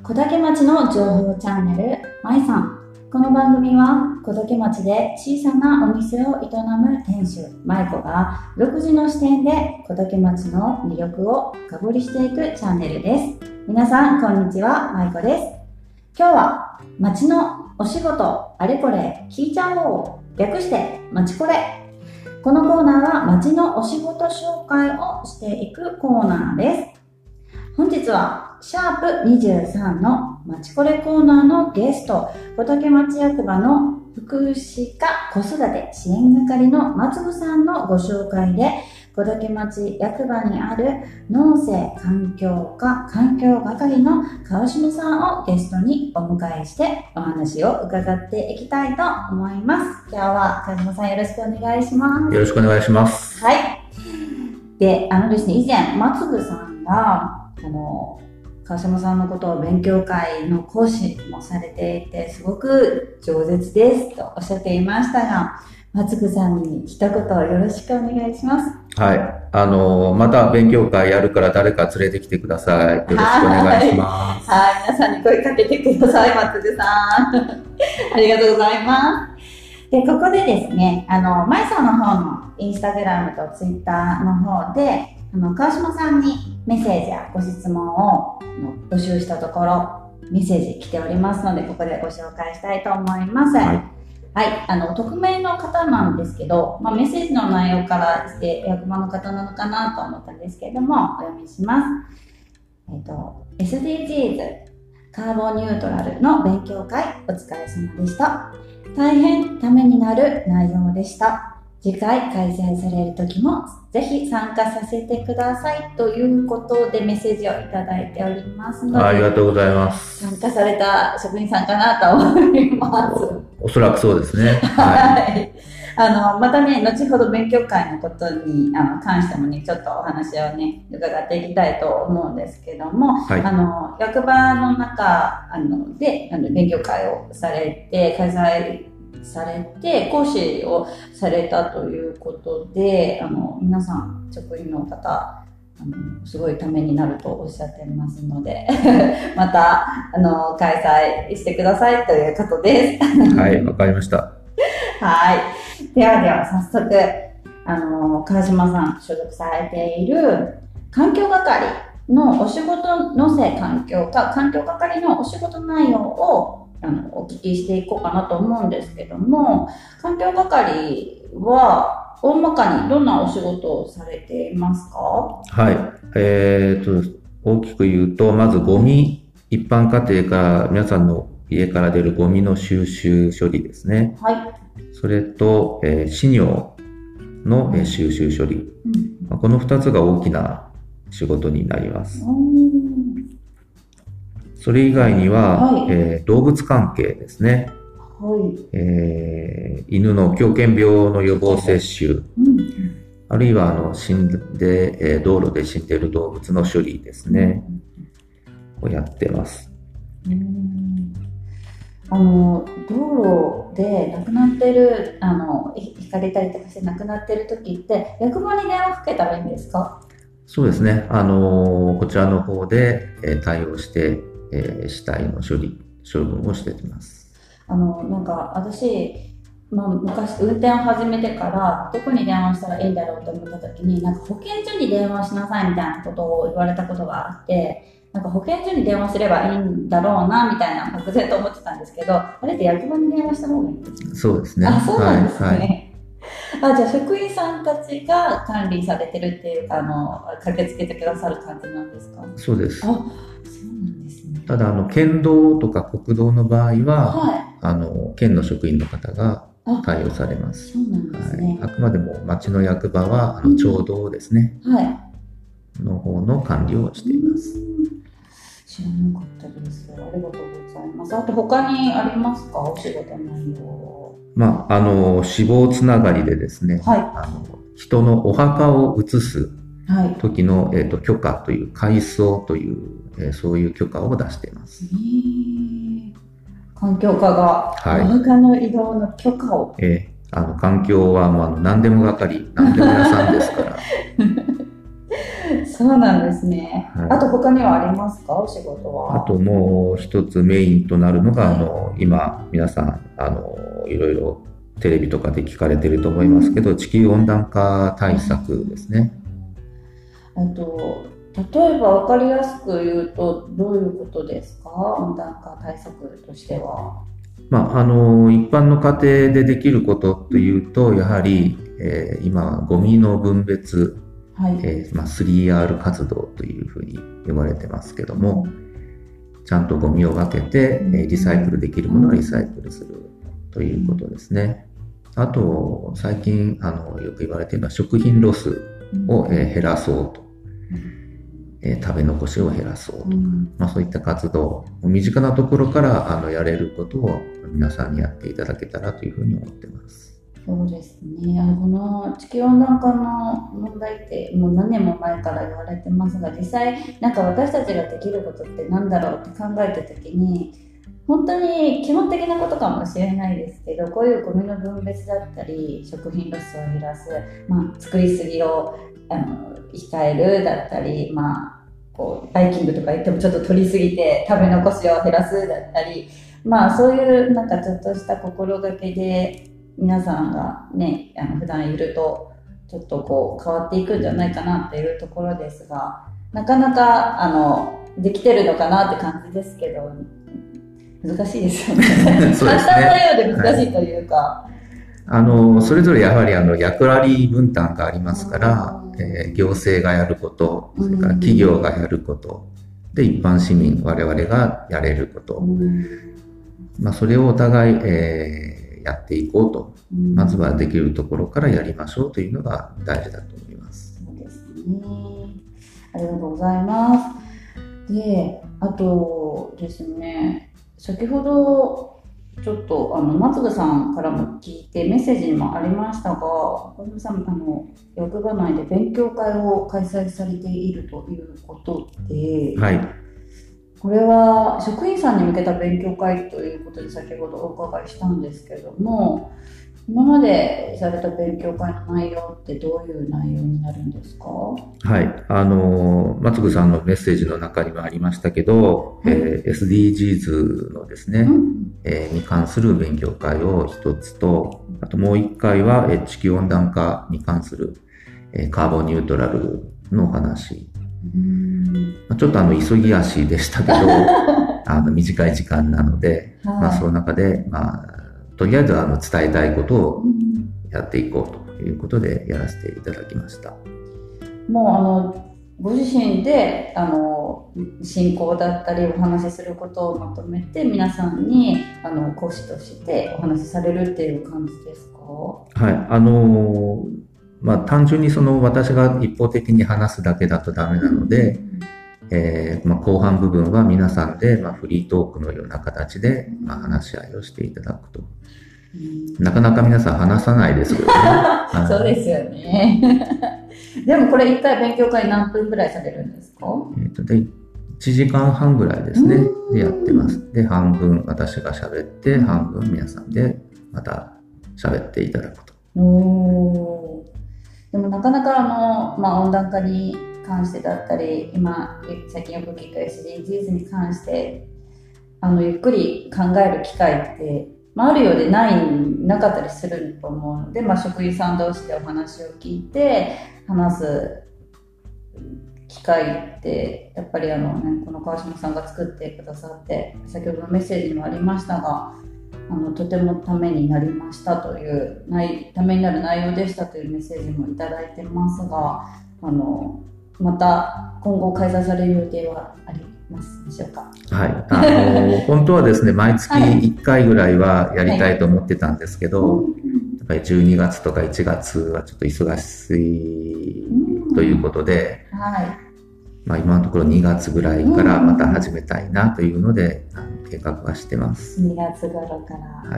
小竹町の情報チャンネル、まいさん。この番組は小竹町で小さなお店を営む店主、まいこが独自の視点で小竹町の魅力を深掘りしていくチャンネルです。皆さん、こんにちは、まいこです。今日は町のお仕事あれこれ聞いちゃおう。略してまちこれ。このコーナーは町のお仕事紹介をしていくコーナーです。本日はシャープ23のまちこれコーナーのゲスト、小竹町役場の福祉課子育て支援係の松部さんのご紹介で、小竹町役場にある農政環境課環境係の川島さんをゲストにお迎えしてお話を伺っていきたいと思います。今日は川島さんよろしくお願いします。 よろしくお願いします。 はい。で、ですね、以前松部さんが川島さんのことを勉強会の講師もされていて、すごく饒舌ですとおっしゃっていましたが、松部さんに一言よろしくお願いします。 はい。また勉強会やるから誰か連れてきてください。よろしくお願いします。 はい、皆さんに声かけてください、松部さん。ありがとうございます。で、ここでですね、まいさんの方のインスタグラムとツイッターの方で、川島さんにメッセージやご質問を募集したところ、メッセージ来ておりますので、ここでご紹介したいと思います。はい。はい、匿名の方なんですけど、メッセージの内容からして役場の方なのかなと思ったんですけれども、お読みします。SDGs、カーボンニュートラルの勉強会、お疲れ様でした。大変ためになる内容でした。次回開催される時もぜひ参加させてくださいということでメッセージをいただいておりますので、 ありがとうございます。 参加された職員さんかなと思います。 おそらくそうですね。 はい。またね、後ほど勉強会のことに関してもね、ちょっとお話をね、伺っていきたいと思うんですけども、はい、役場の中で勉強会をされて、開催されて講師をされたということで、皆さん職員の方すごいためになるとおっしゃってますのでまた開催してくださいということですはい、わかりましたはい。では早速川島さん所属されている環境係のお仕事、農政環境課環境係のお仕事内容をお聞きしていこうかなと思うんですけども、環境係は大まかにどんなお仕事をされていますか？ はい。大きく言うと、まずゴミ、一般家庭から皆さんの家から出るゴミの収集処理ですね。はい。それと、飼料の収集処理。この2つが大きな仕事になります。それ以外には、はい、動物関係ですね。はい。犬の狂犬病の予防接種。あるいは、死んで、道路で死んでいる動物の処理ですね。をやってます。 道路で亡くなってる、ひかれたりとかして亡くなってる時って、役場に電話かけたらいいんですか？ そうですね。こちらの方で、対応して、死体の処分をしています。 なんか私、昔運転を始めてからどこに電話したらいいんだろうと思った時に、なんか保健所に電話しなさいみたいなことを言われたことがあって、なんか保健所に電話すればいいんだろうなみたいな漠然と思ってたんですけど、あれって役場に電話した方がいいんですか？ そうですね。 あ、そうなんですね。はいはい、じゃあ職員さんたちが管理されてるっていうか、駆けつけてくださる感じなんですか？ そうです。 あ、そうなんですね。 ただ県道とか国道の場合は、はい、県の職員の方が対応されます。 そうなんですね。 はい、あくまでも町の役場は町道ですね、はい、の方の管理をしています。 知らなかったです。ありがとうございます。あと他にありますか？お仕事内容。 死亡つながりでですね、はい、人のお墓を移す時の、許可という改装という、そういう許可を出しています。 環境課がお墓の移動の許可を、 環境は何でも係、何でも屋さんですからそうなんですね。はい、あと他にはありますか、お仕事は。 あともう一つメインとなるのが、今皆さんいろいろテレビとかで聞かれてると思いますけど、地球温暖化対策ですね。 例えば分かりやすく言うとどういうことですか、温暖化対策としては。 一般の家庭でできることというと、やはり、今ゴミの分別、はい、3R 活動というふうに呼ばれてますけども、ちゃんとゴミを分けて、リサイクルできるものはリサイクルするということですね。あと最近よく言われているのは食品ロスを、減らそうと、食べ残しを減らそうと、そういった活動、身近なところからやれることを皆さんにやっていただけたらというふうに思ってます。 そうですね。この地球温暖化の問題ってもう何年も前から言われてますが、実際なんか私たちができることって何だろうって考えた時に、本当に基本的なことかもしれないですけど、こういうゴミの分別だったり食品ロスを減らす、作りすぎを控えるだったり、こうバイキングとか言ってもちょっと取りすぎて食べ残しを減らすだったり、そういうなんかちょっとした心がけで皆さんがね、普段いるとちょっとこう変わっていくんじゃないかなっていうところですが、なかなかできてるのかなって感じですけど、難しいですよね。簡単なようで難しいというか。 それぞれやはり役割分担がありますから、行政がやること、それから企業がやること、で一般市民我々がやれること、それをお互い、やっていこうと、まずはできるところからやりましょうというのが大事だと思います。 そうですね。ありがとうございます。で、あとですね、先ほどちょっと松部さんからも聞いてメッセージにもありましたが、小島さん役場内で勉強会を開催されているということで、 はい、 これは職員さんに向けた勉強会ということで先ほどお伺いしたんですけども、今までされた勉強会の内容ってどういう内容になるんですか？ はい、松部さんのメッセージの中にもありましたけど、SDGs のですね、に関する勉強会を一つと、あともう一回は、地球温暖化に関する、カーボンニュートラルのお話。ちょっと急ぎ足でしたけど短い時間なので、その中で、とりあえず伝えたいことをやっていこうということでやらせていただきました。 もうご自身で進行だったりお話しすることをまとめて皆さんに講師としてお話しされるっていう感じですか？ はい、単純に私が一方的に話すだけだとダメなので、後半部分は皆さんで、フリートークのような形で、話し合いをしていただくと。なかなか皆さん話さないですけどね。 そうですよね。でもこれ一回勉強会何分ぐらいされるんですか ？1時間半ぐらいですね。でやってます。で、半分私が喋って、半分皆さんでまた喋っていただくと。 でもなかなか温暖化に関してだったり、今最近よく聞く SDGs に関してゆっくり考える機会ってあるようでなかったりすると思うので、職員さん同士でお話を聞いて話す機会ってやっぱりこの川島さんが作ってくださって、先ほどのメッセージにもありましたがとてもためになりましたというためになる内容でしたというメッセージもいただいてますが、また今後開催される予定はありますでしょうか？ はい、本当はですね、毎月1回ぐらいはやりたいと思ってたんですけど、やっぱり12月とか1月はちょっと忙しいということで、今のところ2月ぐらいからまた始めたいなというので、計画はしてます。 2月頃から。 はい。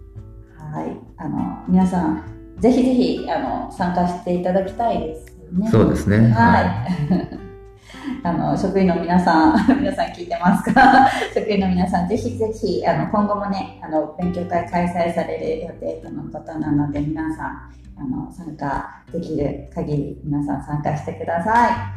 皆さんぜひぜひ参加していただきたいですね。 そうですね。 職員の皆さん聞いてますか？職員の皆さんぜひぜひ今後もね勉強会開催される予定とのことなので、皆さん参加できる限り皆さん参加してください。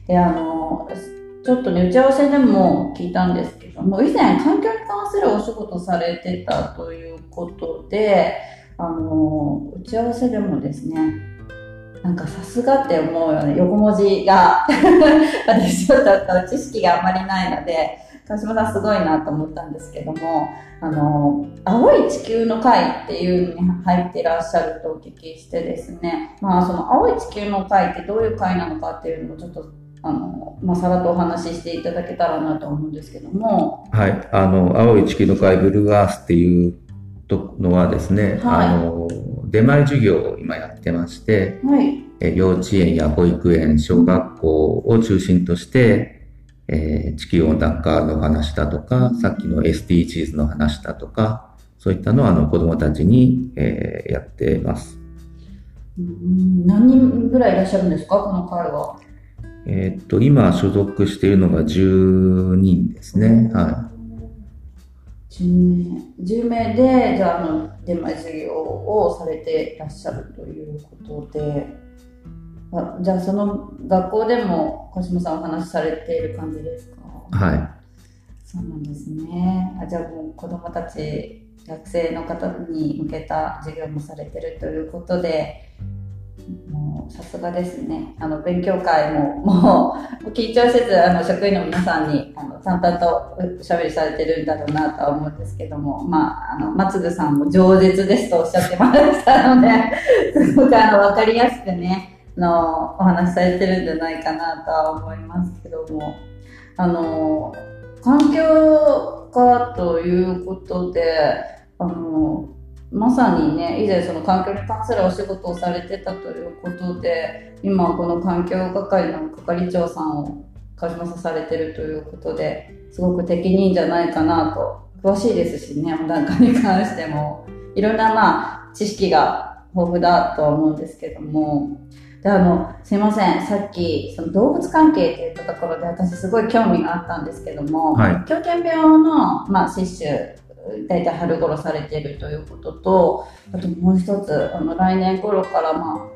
で、ちょっとね、打ち合わせでも聞いたんですけども、以前環境に関するお仕事されてたということで、打ち合わせでもですね、なんかさすがって思うよね、横文字が私ちょっと知識があまりないので、川島さんすごいなと思ったんですけども、青い地球の会っていうのに入っていらっしゃるとお聞きしてですね、その青い地球の会ってどういう会なのかっていうのをちょっとさらっとお話ししていただけたらなと思うんですけども。 はい。青い地球の会ブルーアースっていうのはですね、はい、出前授業を今やってまして、はい、幼稚園や保育園、小学校を中心として、地球温暖化の話だとか、さっきの SDGs の話だとか、そういったのを子どもたちに、やっています。 何人ぐらいいらっしゃるんですか、この会は。 今所属しているのが10人ですね。はい。 10名で、じゃあ、出前授業をされていらっしゃるということで、じゃあその学校でも小島さんお話しされている感じですか？ はい。 そうなんですね。じゃあもう子どもたち、学生の方に向けた授業もされているということで、もうさすがですね。勉強会もう緊張せず職員の皆さんに淡々とおしゃべりされてるんだろうなとは思うんですけども、松津さんも饒舌ですとおっしゃってましたのですごく分かりやすくねお話しされてるんじゃないかなとは思いますけども、環境課ということでまさにね、以前その環境に関するお仕事をされてたということで、今この環境係の係長さんを川島さんされてるということで、すごく適任じゃないかなと。詳しいですしね、温暖化に関してもいろんな知識が豊富だとは思うんですけども、ですいません、さっきその動物関係といったところで私すごい興味があったんですけども、はい、狂犬病の、接種大体春頃されているということと、あともう一つ来年頃から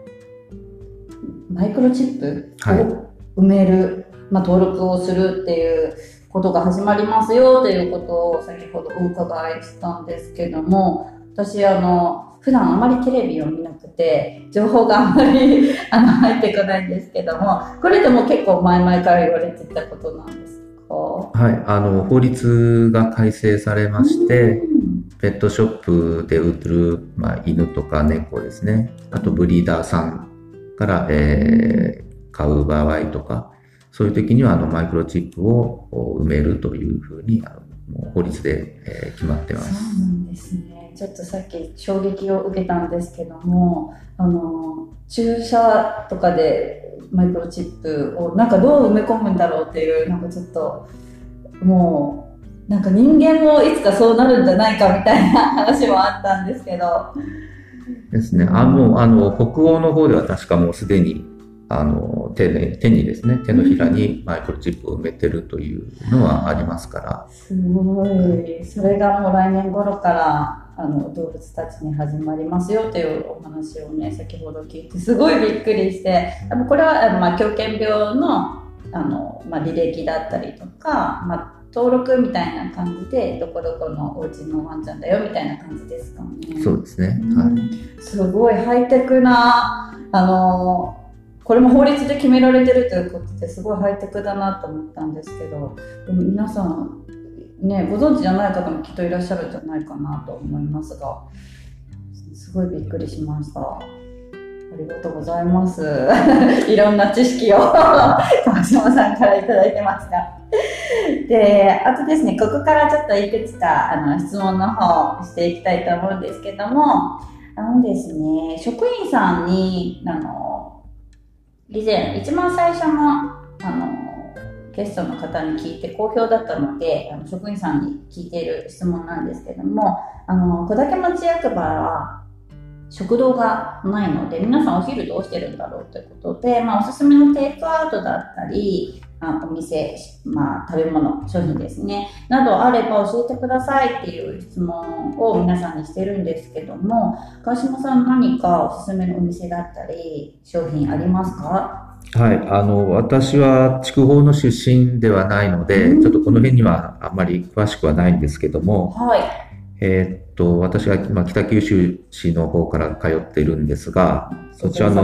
マイクロチップを埋める、登録をするっていうことが始まりますよということを先ほどお伺いしたんですけども、私普段あまりテレビを見なくて情報があまり入ってこないんですけども、これでも結構前々から言われてたことなんですか？ はい、法律が改正されまして、ペットショップで売る、犬とか猫ですね、あとブリーダーさんから、買う場合とか、そういう時にはマイクロチップを埋めるというふうに法律で、決まってます。 そうなんですね。ちょっとさっき衝撃を受けたんですけども、注射とかでマイクロチップをなんかどう埋め込むんだろうっていう、なんかちょっともうなんか人間もいつかそうなるんじゃないかみたいな話もあったんですけどですね。もう北欧の方では確かもうすでに手にですね、手のひらにマイクロチップを埋めてるというのはありますから。 すごい。それがもう来年頃から動物たちに始まりますよというお話をね、先ほど聞いてすごいびっくりして、これは狂犬病の履歴だったりとか、登録みたいな感じでどこどこのお家のワンちゃんだよみたいな感じですかね。 そうですね。はい。 すごいハイテクなこれも法律で決められてるということですごいハイテクだなと思ったんですけど、でも皆さんね、ご存知じゃない方もきっといらっしゃるんじゃないかなと思いますが、すごいびっくりしました。ありがとうございます。いろんな知識を川島さんからいただいてますが。で、あとですね、ここからちょっといくつか質問の方をしていきたいと思うんですけども、ですね、職員さんに以前一番最初のゲストの方に聞いて好評だったので職員さんに聞いている質問なんですけども、小竹町役場は食堂がないので皆さんお昼どうしてるんだろうということで、おすすめのテイクアウトだったりお店、食べ物、商品ですねなどあれば教えてくださいっていう質問を皆さんにしてるんですけども、川島さん何かおすすめのお店だったり商品ありますか？ はい。私は筑豊の出身ではないので、ちょっとこの辺にはあんまり詳しくはないんですけども、 はい。 私は、北九州市の方から通ってるんですが、そちらの、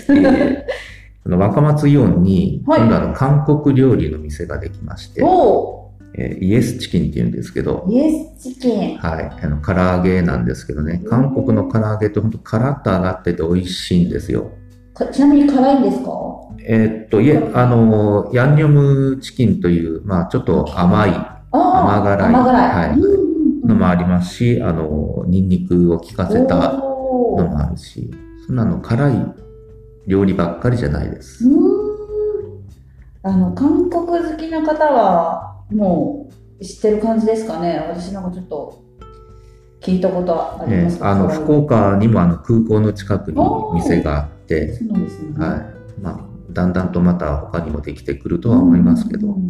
若松イオンに、今度韓国料理の店ができまして、イエスチキンって言うんですけど、 イエスチキン。 はい。唐揚げなんですけどね、韓国の唐揚げって本当カラッと揚がってて美味しいんですよ。 ちなみに辛いんですか？ ヤンニョムチキンという、ちょっと甘辛い、はい、のもありますし、ニンニクを効かせたのもあるし、そんなの辛い料理ばっかりじゃないです。 韓国好きな方は、もう知ってる感じですかね。私なんかちょっと聞いたことありますか？ 福岡にも空港の近くに店があって、 そうなんですね。 はい。だんだんとまた他にもできてくるとは思いますけど。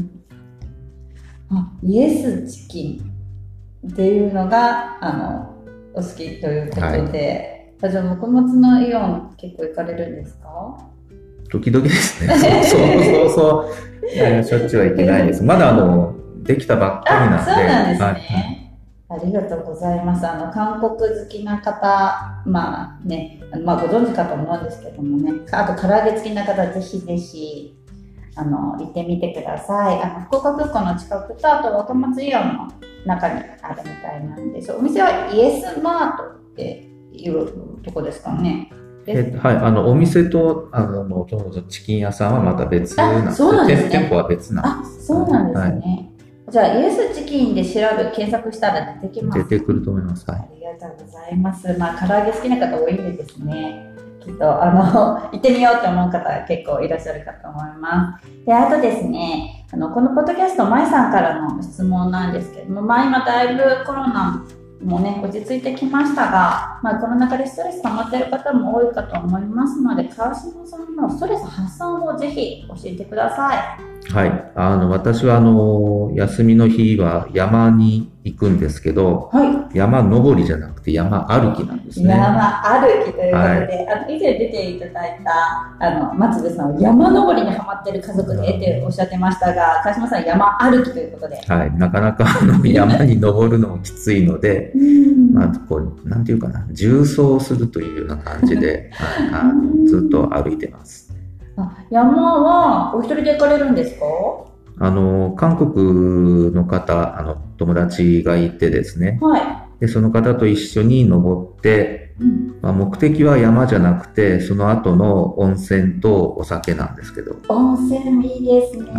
イエスチキンっていうのがお好きということで、じゃあ木松のイオン結構行かれるんですか？ 時々ですね。そう。しょっちゅうは行けないです。まだできたばっかりなんで。 そうなんですね。ありがとうございます。韓国好きな方、ご存知かと思うんですけどもね、あと唐揚げ好きな方、ぜひぜひ、行ってみてください。福岡空港の近くと、あと若松イオンの中にあるみたいなんです。お店はイエスマートっていうとこですかね。 はい、お店と、チキン屋さんはまた別なんです。 そうなんですね。 店舗は別なんです。 そうなんですね。じゃあ、イエスチキンで検索したら出てきます。 出てくると思います。はい。 ありがとうございます。唐揚げ好きな方多いんでですね。きっと、行ってみようって思う方結構いらっしゃるかと思います。で、あとですね、このポッドキャスト、まいさんからの質問なんですけども、今だいぶコロナもね、落ち着いてきましたが、この中でストレス溜まっている方も多いかと思いますので、川島さんのストレス発散をぜひ教えてください。 はい。私は休みの日は山に行くんですけど、山登りじゃなくて山歩きなんですね。 山歩きということで、以前出ていただいた、松部さんは山登りにハマっている家族でっておっしゃってましたが、川島さん山歩きということで。 はい。なかなか山に登るのもきついので、なんていうかな、縦走するというような感じで、ずっと歩いてます。 山はお一人で行かれるんですか？ 韓国の方、友達がいてですね。で、その方と一緒に登って、目的は山じゃなくて、その後の温泉とお酒なんですけど。 温泉いいですね。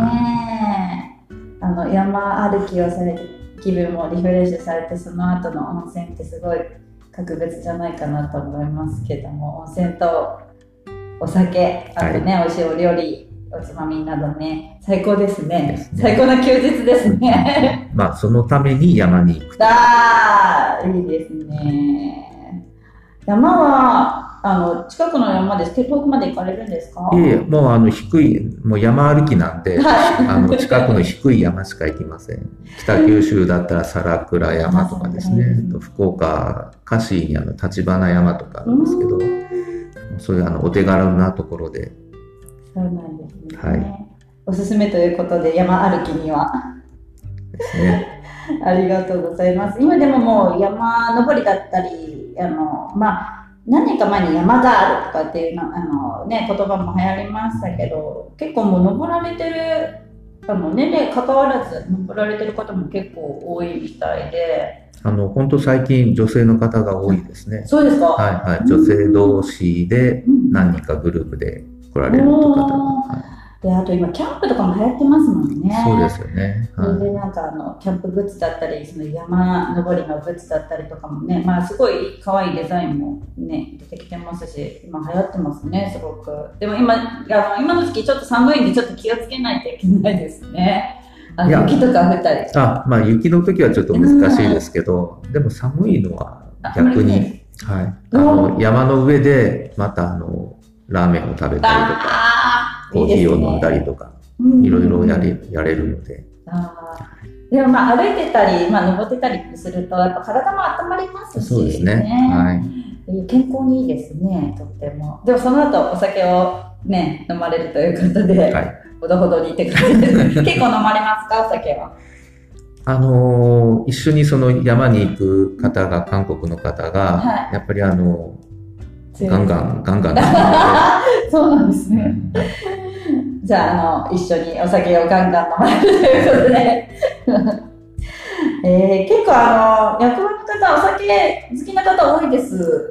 山歩きをされて、気分もリフレッシュされて、その後の温泉ってすごい格別じゃないかなと思いますけども、温泉とお酒、あとね、美味しいお料理、おつまみなどね、最高ですね。最高な休日ですね。 そのために山に行く。 いいですね。山は、近くの山です。遠くまで行かれるんですか？ もう低い、もう山歩きなんで、近くの低い山しか行きません。北九州だったら皿倉山とかですね。福岡、香椎に立花山とかあるんですけど、そういうお手軽なところで。 そうなんですね。おすすめということで、山歩きには。 ですね。 ありがとうございます。今でももう山登りだったり、何年か前に山があるとかっていう言葉も流行りましたけど、結構もう登られてる、年齢関わらず登られてる方も結構多いみたいで。 本当最近女性の方が多いですね。 そうですか。 女性同士で何人かグループで来られる方が。 で、あと今キャンプとかも流行ってますもんね。 そうですよね。 それでキャンプグッズだったり、その山登りのグッズだったりとかもね、すごい可愛いデザインもね、出てきてますし、今流行ってますね、すごく。でも今の時期ちょっと寒いんで、ちょっと気をつけないといけないですね。雪とか降ったり。 雪の時はちょっと難しいですけど、でも寒いのは逆に、山の上でまたラーメンを食べたりとか、コーヒーを飲んだりとか、いろいろやれるので。 でも歩いてたり、登ってたりすると、やっぱ体も温まりますし、 そうですね。 健康にいいですね、とっても。でもその後お酒をね、飲まれるということで、 はい、 ほどほどにって感じです。結構飲まれますか、お酒は。 一緒にその山に行く方が、韓国の方が、はい、やっぱりガンガンそうなんですね。じゃあ、一緒にお酒をガンガン飲まれるということで。結構役場の方、お酒好きな方多いです。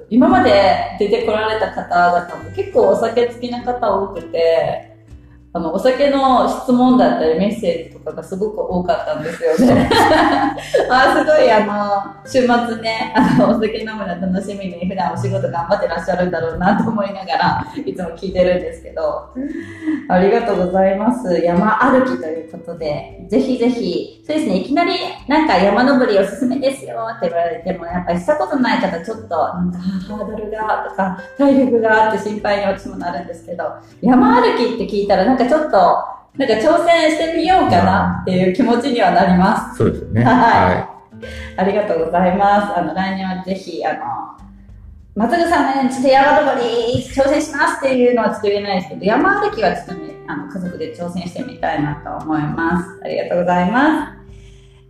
今まで出てこられた方々も結構お酒好きな方多くて、お酒の質問だったりメッセージとかがすごく多かったんですよね。すごい週末ね、お酒飲むの楽しみに普段お仕事頑張ってらっしゃるんだろうなと思いながらいつも聞いてるんですけど、ありがとうございます。山歩きということで、ぜひぜひ、そうですね、いきなりなんか山登りおすすめですよって言われても、やっぱりしたことない方ちょっとなんかハードルがとか体力がって心配に私もなるんですけど、山歩きって聞いたらなんかちょっとなんか挑戦してみようかなっていう気持ちにはなります。 そうですね。 はい。ありがとうございます。来年はぜひ松具さんね、ちょっと山登り挑戦しますっていうのはちょっと言えないですけど、山歩きはちょっとね、家族で挑戦してみたいなと思います。ありがとうございます。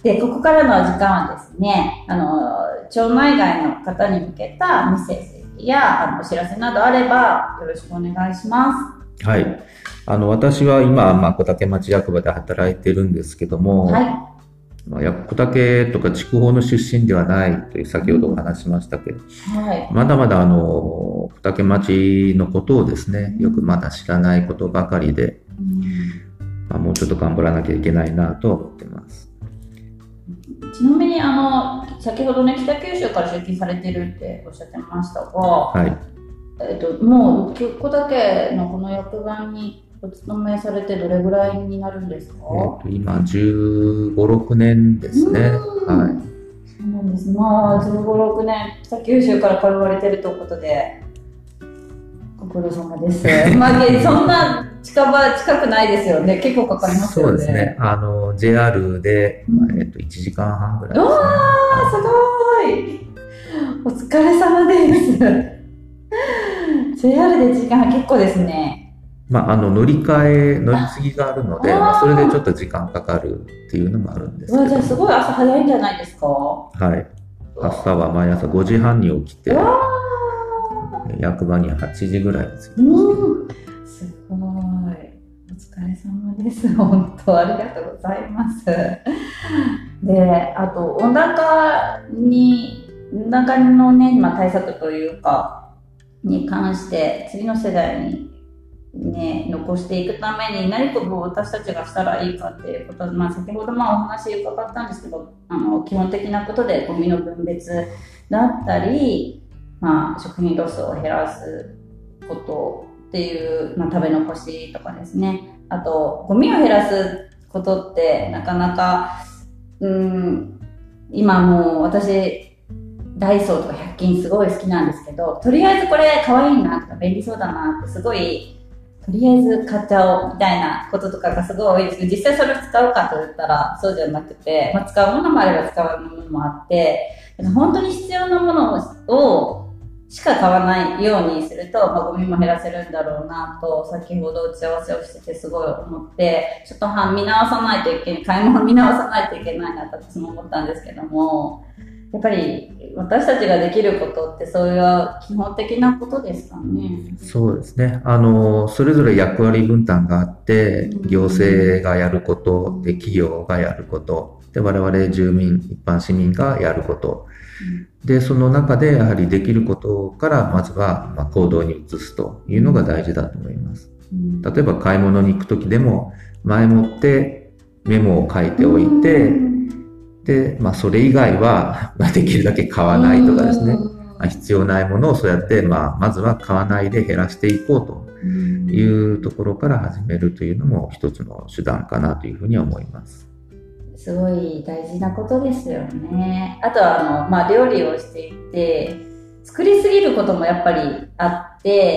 で、ここからの時間はですね、町内外の方に向けたメッセージやお知らせなどあればよろしくお願いします。 はい。私は今、小竹町役場で働いてるんですけども、はい。小竹とか筑豊の出身ではないという先ほどお話しましたけど、はい、まだまだ小竹町のことをですね、よくまだ知らないことばかりで、もうちょっと頑張らなきゃいけないなと思ってます。 ちなみに先ほどね、北九州から出勤されてるっておっしゃってましたが、はい、もう小竹のこの役場にお勤めされてどれぐらいになるんですか？ 今15、6年ですね。はい。そうなんです。15、6年北九州から通われてるということでご苦労様です。そんな近くないですよね。結構かかりますよね。 そうですね。JR で、1時間半ぐらいですね。 すごい。お疲れ様です。JR で1時間半結構ですね。 乗り継ぎがあるので、それでちょっと時間かかるっていうのもあるんですけど。 じゃあすごい朝早いんじゃないですか？ はい。朝は毎朝5時半に起きて、役場には8時ぐらいですよ。 すごい。お疲れ様です。本当ありがとうございます。で、あと温暖化のね、対策というかに関して次の世代にね、残していくために何か私たちがしたらいいかっていうこと、先ほどお話伺ったんですけど、基本的なことでゴミの分別だったり、食品ロスを減らすことっていう、食べ残しとかですね。あとゴミを減らすことってなかなか今もう私ダイソーとか100均すごい好きなんですけど、とりあえずこれ可愛いなとか便利そうだなってすごいとりあえず買っちゃおうみたいなこととかがすごい多いですけど、実際それを使うかと言ったらそうじゃなくて、使うものもあれば使わないものもあって、本当に必要なものをしか買わないようにすると、ゴミも減らせるんだろうなと先ほど打ち合わせをしててすごい思って、ちょっと見直さないといけない、買い物見直さないといけないなと私も思ったんですけども、やっぱり私たちができることってそういう基本的なことですかね。 そうですね。それぞれ役割分担があって、行政がやることで、企業がやることで、我々住民、一般市民がやること、でその中でやはりできることからまずは行動に移すというのが大事だと思います。例えば買い物に行くときでも前もってメモを書いておいて、で、それ以外は、できるだけ買わないとかですね。必要ないものをそうやって、まずは買わないで減らしていこうというところから始めるというのも一つの手段かなというふうに思います。 すごい大事なことですよね。あとは料理をしていて、作りすぎることもやっぱりあって、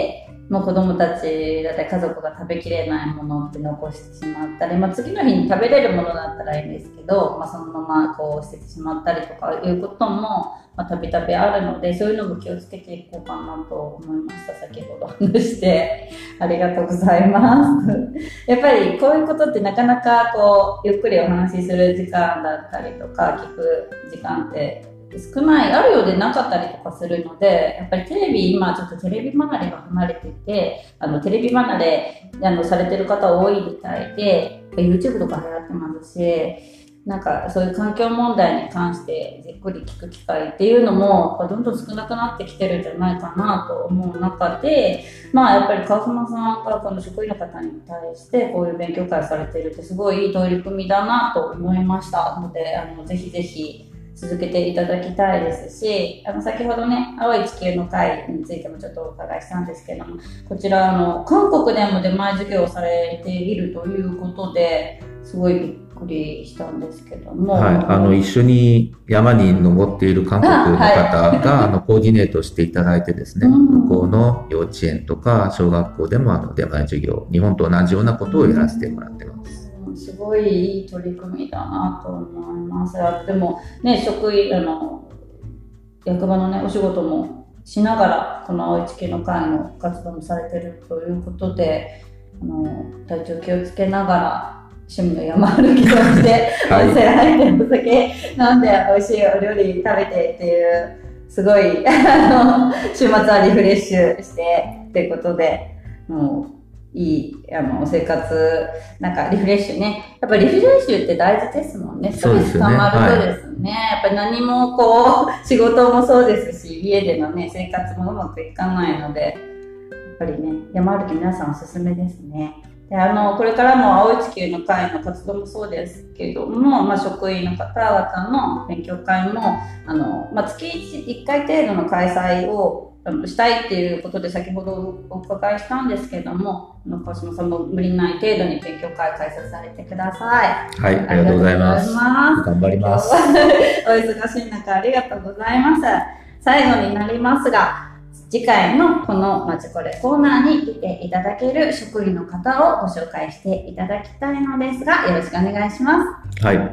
もう子供たちだったり家族が食べきれないものって残してしまったり、次の日に食べれるものだったらいいんですけど、そのままこう捨ててしまったりとかいうこともたびたびあるので、そういうのも気をつけていこうかなと思いました。先ほど話してありがとうございますやっぱりこういうことってなかなかこうゆっくりお話しする時間だったりとか聞く時間って少ない、あるようでなかったりとかするので、やっぱりテレビ、今ちょっとテレビ離れが離れてて、テレビ離れされてる方多いみたいで、YouTube とか流行ってますし、なんかそういう環境問題に関してじっくり聞く機会っていうのもどんどん少なくなってきてるんじゃないかなと思う中で、やっぱり川島さんがこの職員の方に対してこういう勉強会されてるってすごいいい取り組みだなと思いましたので、ぜひぜひ続けていただきたいですし、先ほどね、青い地球の会についてもちょっとお伺いしたんですけども、こちら韓国でも出前授業をされているということですごいびっくりしたんですけども、 はい、一緒に山に登っている韓国の方が、コーディネートしていただいてですね、向こうの幼稚園とか小学校でも出前授業、日本と同じようなことをやらせてもらってます。 すごいいい取り組みだなと思います。でもね、職員役場のねお仕事もしながらこの青い地球の会の活動もされてるということで、体調気をつけながら趣味の山歩きをして温泉入ってお酒飲んで美味しいお料理食べてっていうすごい週末はリフレッシュしてということで、もういい生活なんかリフレッシュね、やっぱりリフレッシュって大事ですもんね。ストレス溜まるとですね、やっぱり何もこう仕事もそうですし家でのね生活もうまくいかないので、やっぱりね山歩き皆さんおすすめですね。でこれからも青い地球の会の活動もそうですけども、職員の方々の勉強会も月 1回程度の開催をしたいっていうことで先ほどお伺いしたんですけども、川島さんも無理ない程度に勉強会開催されてください。 はい、ありがとうございます。頑張ります。 お忙しい中ありがとうございます。最後になりますが、次回のこのまちこれコーナーに来ていただける職員の方をご紹介していただきたいのですが、よろしくお願いします。 はい、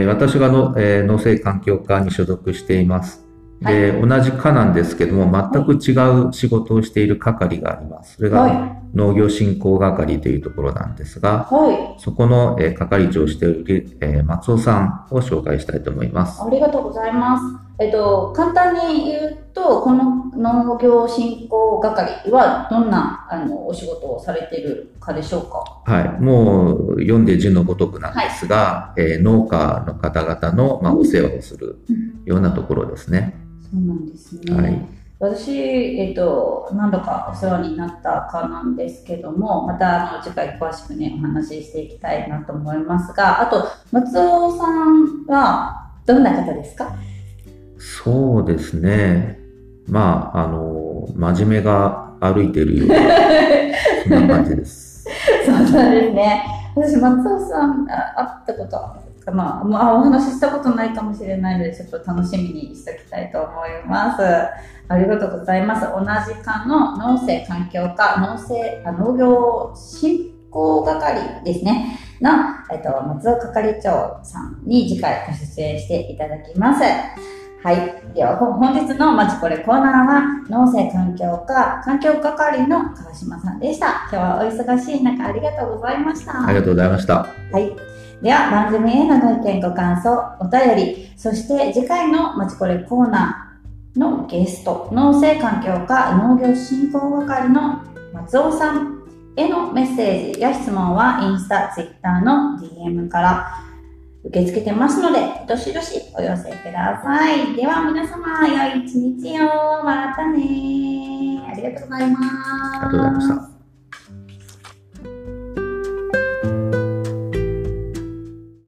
私が農政環境課に所属しています。で、同じ課なんですけども、全く違う仕事をしている係があります。それが農業振興係というところなんですが、そこの係長をしている松尾さんを紹介したいと思います。 ありがとうございます。簡単に言うと、この農業振興係はどんなお仕事をされているかでしょうか？ はい、もう読んで字のごとくなんですが、農家の方々のお世話をするようなところですね。 そうなんですね。私、何度かお世話になったかなんですけども、また次回詳しくね、お話ししていきたいなと思いますが、あと、松尾さんはどんな方ですか？ そうですね。真面目が歩いているような、そんな感じです。 そうなんですね。私、松尾さん、会ったことはお話ししたことないかもしれないので、ちょっと楽しみにしておきたいと思います。ありがとうございます。同じ課の農政環境課、農業振興係ですね。の、松尾係長さんに次回ご出演していただきます。はい。では、本日のまちこれコーナーは、農政環境課環境係の川島さんでした。今日はお忙しい中、ありがとうございました。 ありがとうございました。 はい。では、番組へのご意見ご感想、お便り、そして次回のまちこれコーナーのゲスト、農政環境課農業振興係の松尾さんへのメッセージや質問はインスタ、ツイッターの DM から受け付けてますので、どしどしお寄せください。では皆様、良い一日を。またね。ありがとうございます。 ありがとうございました。